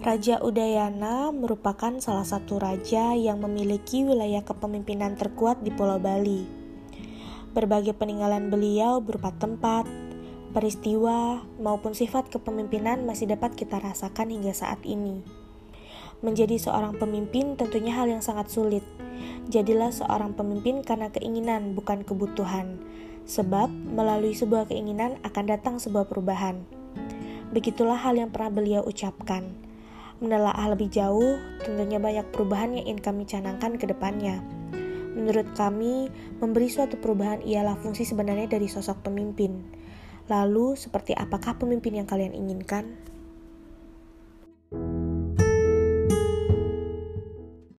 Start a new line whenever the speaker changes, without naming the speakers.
Raja Udayana merupakan salah satu raja yang memiliki wilayah kepemimpinan terkuat di Pulau Bali. Berbagai peninggalan beliau berupa tempat, peristiwa, maupun sifat kepemimpinan masih dapat kita rasakan hingga saat ini. Menjadi seorang pemimpin tentunya hal yang sangat sulit. Jadilah seorang pemimpin karena keinginan, bukan kebutuhan. Sebab melalui sebuah keinginan akan datang sebuah perubahan. Begitulah hal yang pernah beliau ucapkan. Menelaah lebih jauh, tentunya banyak perubahan yang ingin kami canangkan ke depannya. Menurut kami, memberi suatu perubahan ialah fungsi sebenarnya dari sosok pemimpin. Lalu, seperti apakah pemimpin yang kalian inginkan?